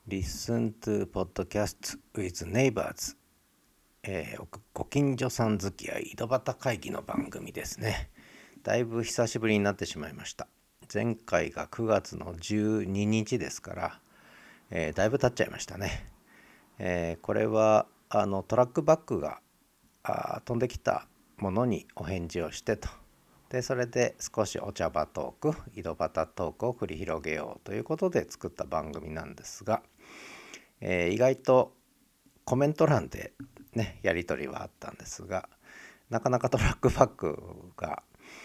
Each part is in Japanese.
Listen to Podcast with Neighbors、ご近所さん付き合い井戸端会議の番組ですね。だいぶ久しぶりになってしまいました。前回が9月の12日ですから、だいぶ経っちゃいましたね。これはトラックバックが飛んできたものにお返事をしてと。でそれで少しお茶場トーク、井戸端トークを繰り広げようということで作った番組なんですが、意外とコメント欄でねやり取りはあったんですが、なかなかトラックバックが、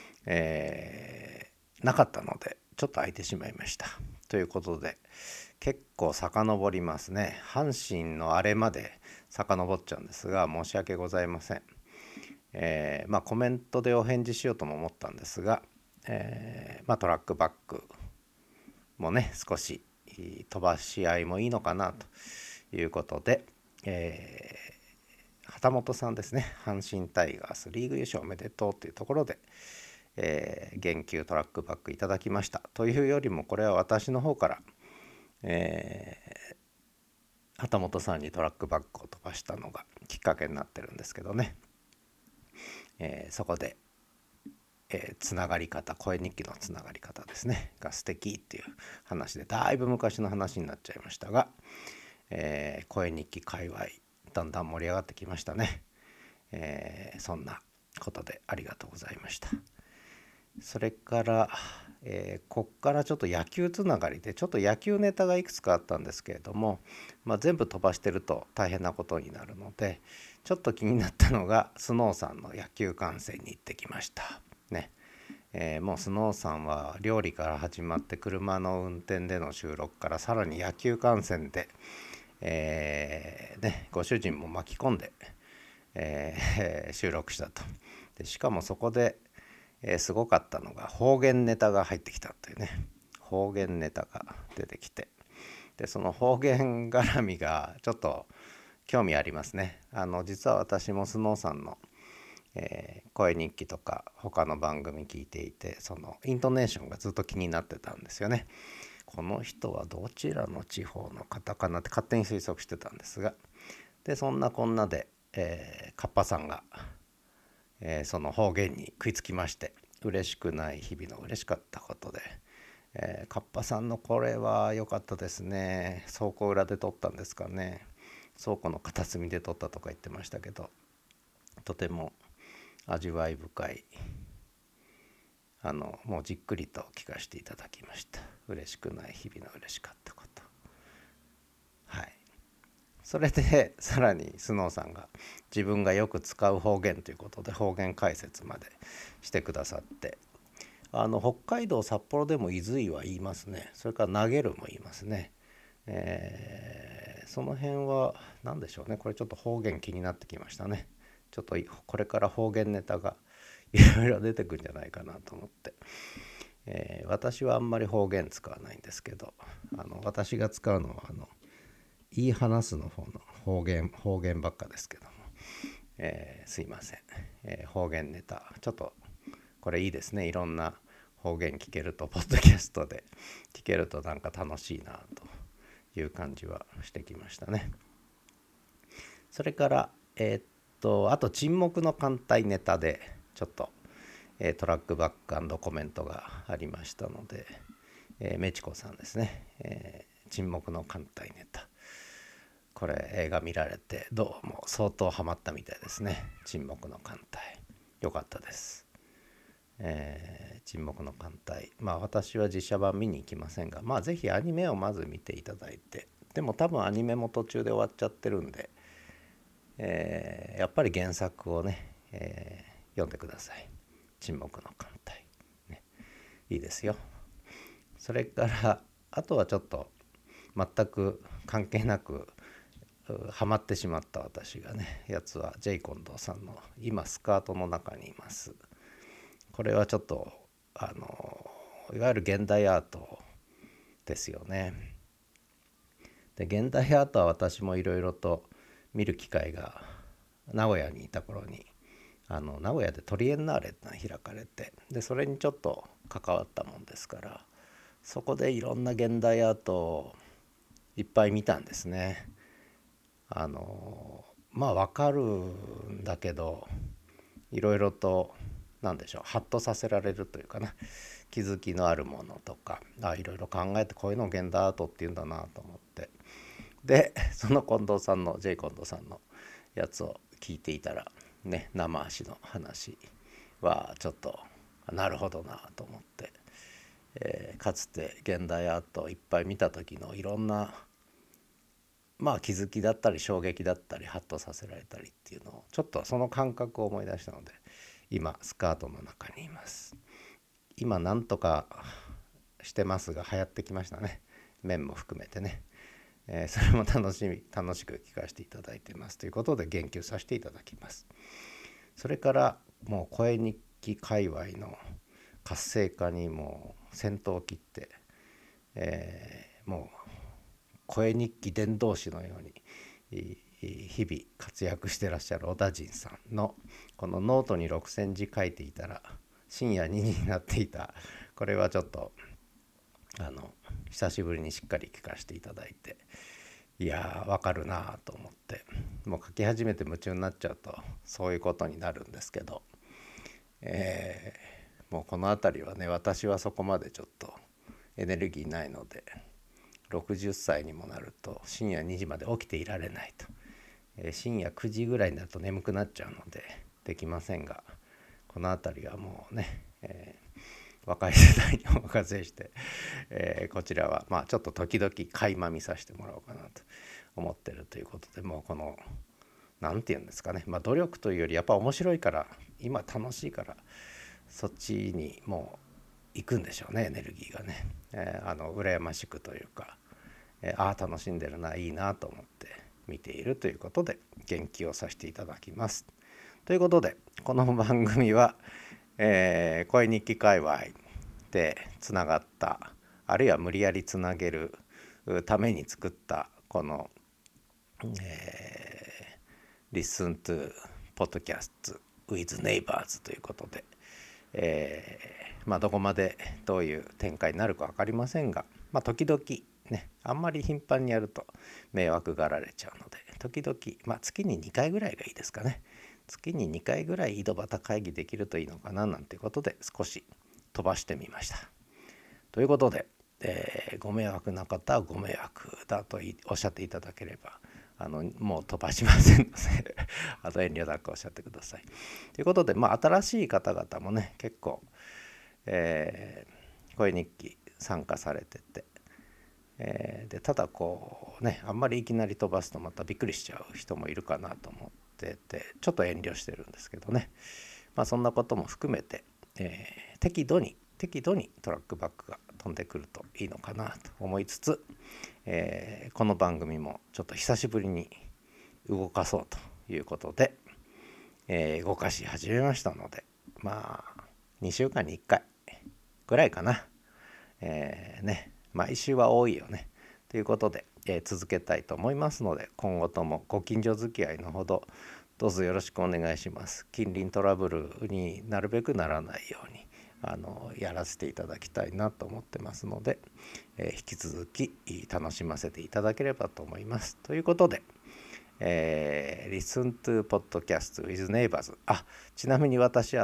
なかったのでちょっと空いてしまいましたということで、結構遡りますね。阪神のあれまで遡っちゃうんですが、申し訳ございません。コメントでお返事しようとも思ったんですが、トラックバックもね少し飛ばし合いもいいのかなということで、旗本さんですね、阪神タイガースリーグ優勝おめでとうというところで、言及トラックバックいただきましたというよりも、これは私の方から、旗本さんにトラックバックを飛ばしたのがきっかけになってるんですけどね、そこで、つながり方、声日記のつながり方ですねが素敵っていう話で、だいぶ昔の話になっちゃいましたが、声日記界隈だんだん盛り上がってきましたね。そんなことでありがとうございました。それから、こっからちょっと野球つながりでちょっと野球ネタがいくつかあったんですけれども、全部飛ばしてると大変なことになるので、ちょっと気になったのがスノーさんの野球観戦に行ってきましたね。もうスノーさんは料理から始まって車の運転での収録からさらに野球観戦で、ご主人も巻き込んで、収録したと。でしかもそこで、すごかったのが方言ネタが入ってきたというね。方言ネタが出てきて、でその方言絡みがちょっと興味ありますね。実は私もスノーさんの、声日記とか他の番組聞いていて、そのイントネーションがずっと気になってたんですよね。この人はどちらの地方の方かなって勝手に推測してたんですが、でそんなこんなで、カッパさんが、その方言に食いつきまして、嬉しくない日々の嬉しかったことで、カッパさんのこれは良かったですね。倉庫裏で撮ったんですかね。倉庫の片隅で撮ったとか言ってましたけど、とても味わい深い、もうじっくりと聞かせていただきました。嬉しくない日々の嬉しかったこと。はい。それでさらにスノーさんが自分がよく使う方言ということで方言解説までしてくださって、北海道札幌でもいずいは言いますね。それから投げるも言いますね。その辺は何でしょうね。これちょっと方言気になってきましたね。ちょっとこれから方言ネタがいろいろ出てくるんじゃないかなと思って、私はあんまり方言使わないんですけど、私が使うのは言い話すの方の方言ばっかですけども、すいません、方言ネタちょっとこれいいですね。いろんな方言聞けると、ポッドキャストで聞けるとなんか楽しいなという感じはしてきましたね。それからあと沈黙の艦隊ネタでちょっと、トラックバック&コメントがありましたので、メチコさんですね、沈黙の艦隊ネタ、これ映画見られてどうも相当ハマったみたいですね。沈黙の艦隊良かったです。沈黙の艦隊、私は実写版見に行きませんが、ぜひアニメをまず見ていただいて、でも多分アニメも途中で終わっちゃってるんで、やっぱり原作をね、読んでください。沈黙の艦隊、ね、いいですよ。それからあとはちょっと全く関係なくハマってしまった私がねやつは、ジェイコンドーさんの今スカートの中にいます。これはちょっといわゆる現代アートですよね。で現代アートは私もいろいろと見る機会が、名古屋にいた頃に名古屋でトリエンナーレってのが開かれて、でそれにちょっと関わったもんですから、そこでいろんな現代アートをいっぱい見たんですね。わかるんだけど、いろいろと何でしょう、ハッとさせられるというかな、気づきのあるものとか、いろいろ考えてこういうのを現代アートっていうんだなと思って、でその近藤さんの J 近藤さんのやつを聞いていたらね、生足の話はちょっとなるほどなと思って、かつて現代アートをいっぱい見た時のいろんな気づきだったり衝撃だったりハッとさせられたりっていうのをちょっとその感覚を思い出したので、今スカートの中にいます。今なんとかしてますが流行ってきましたね、面も含めてね。それも楽しく聞かせていただいてますということで言及させていただきます。それからもう声日記界隈の活性化にもう先頭を切って、もう声日記伝道師のように日々活躍してらっしゃる小田陣さんのこのノートに6,000字書いていたら深夜2時になっていた、これはちょっと久しぶりにしっかり聞かせていただいて、いやわかるなと思って、もう書き始めて夢中になっちゃうとそういうことになるんですけど、もうこの辺りはね、私はそこまでちょっとエネルギーないので、60歳にもなると深夜2時まで起きていられないと、深夜9時ぐらいになると眠くなっちゃうのでできませんが、この辺りはもうね、若い世代にお任せして、こちらはちょっと時々垣間見させてもらおうかなと思ってるということで、もうこの何て言うんですかね、努力というよりやっぱ面白いから、今楽しいからそっちにもう行くんでしょうね、エネルギーがね、羨ましくというか、楽しんでるな、いいなと思って見ているということで言及をさせていただきます。ということでこの番組は、声日記界隈でつながった、あるいは無理やりつなげるために作ったこの、Listen to Podcast with Neighbors ということで、どこまでどういう展開になるか分かりませんが、時々ね、あんまり頻繁にやると迷惑がられちゃうので、時々、月に2回ぐらいがいいですかね。月に2回ぐらい井戸端会議できるといいのかななんていうことで少し飛ばしてみました。ということで、ご迷惑な方はご迷惑だとおっしゃっていただければもう飛ばしませんので遠慮なくおっしゃってください。ということで、新しい方々もね結構、声日記参加されてて、でただこうね、あんまりいきなり飛ばすとまたびっくりしちゃう人もいるかなと思ってて、ちょっと遠慮してるんですけどね、そんなことも含めて、適度にトラックバックが飛んでくるといいのかなと思いつつ、この番組もちょっと久しぶりに動かそうということで、動かし始めましたので、2週間に1回ぐらいかな、毎週は多いよねということで、続けたいと思いますので、今後ともご近所付き合いのほどどうぞよろしくお願いします。近隣トラブルになるべくならないようにやらせていただきたいなと思ってますので、引き続き楽しませていただければと思います。ということで、Listen to Podcast with Neighbors。ちなみに私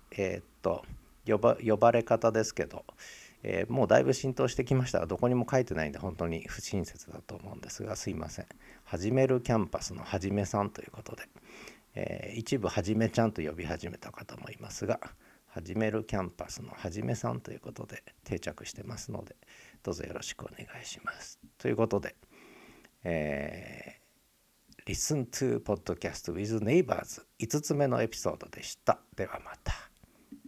呼ばれ方ですけど、もうだいぶ浸透してきましたが、どこにも書いてないんで本当に不親切だと思うんですが、すいません。はじめるキャンパスのはじめさんということで、一部はじめちゃんと呼び始めた方もいますが、はじめるキャンパスのはじめさんということで定着してますので、どうぞよろしくお願いします。ということで、Listen to Podcast with Neighbors 5つ目のエピソードでした。ではまた。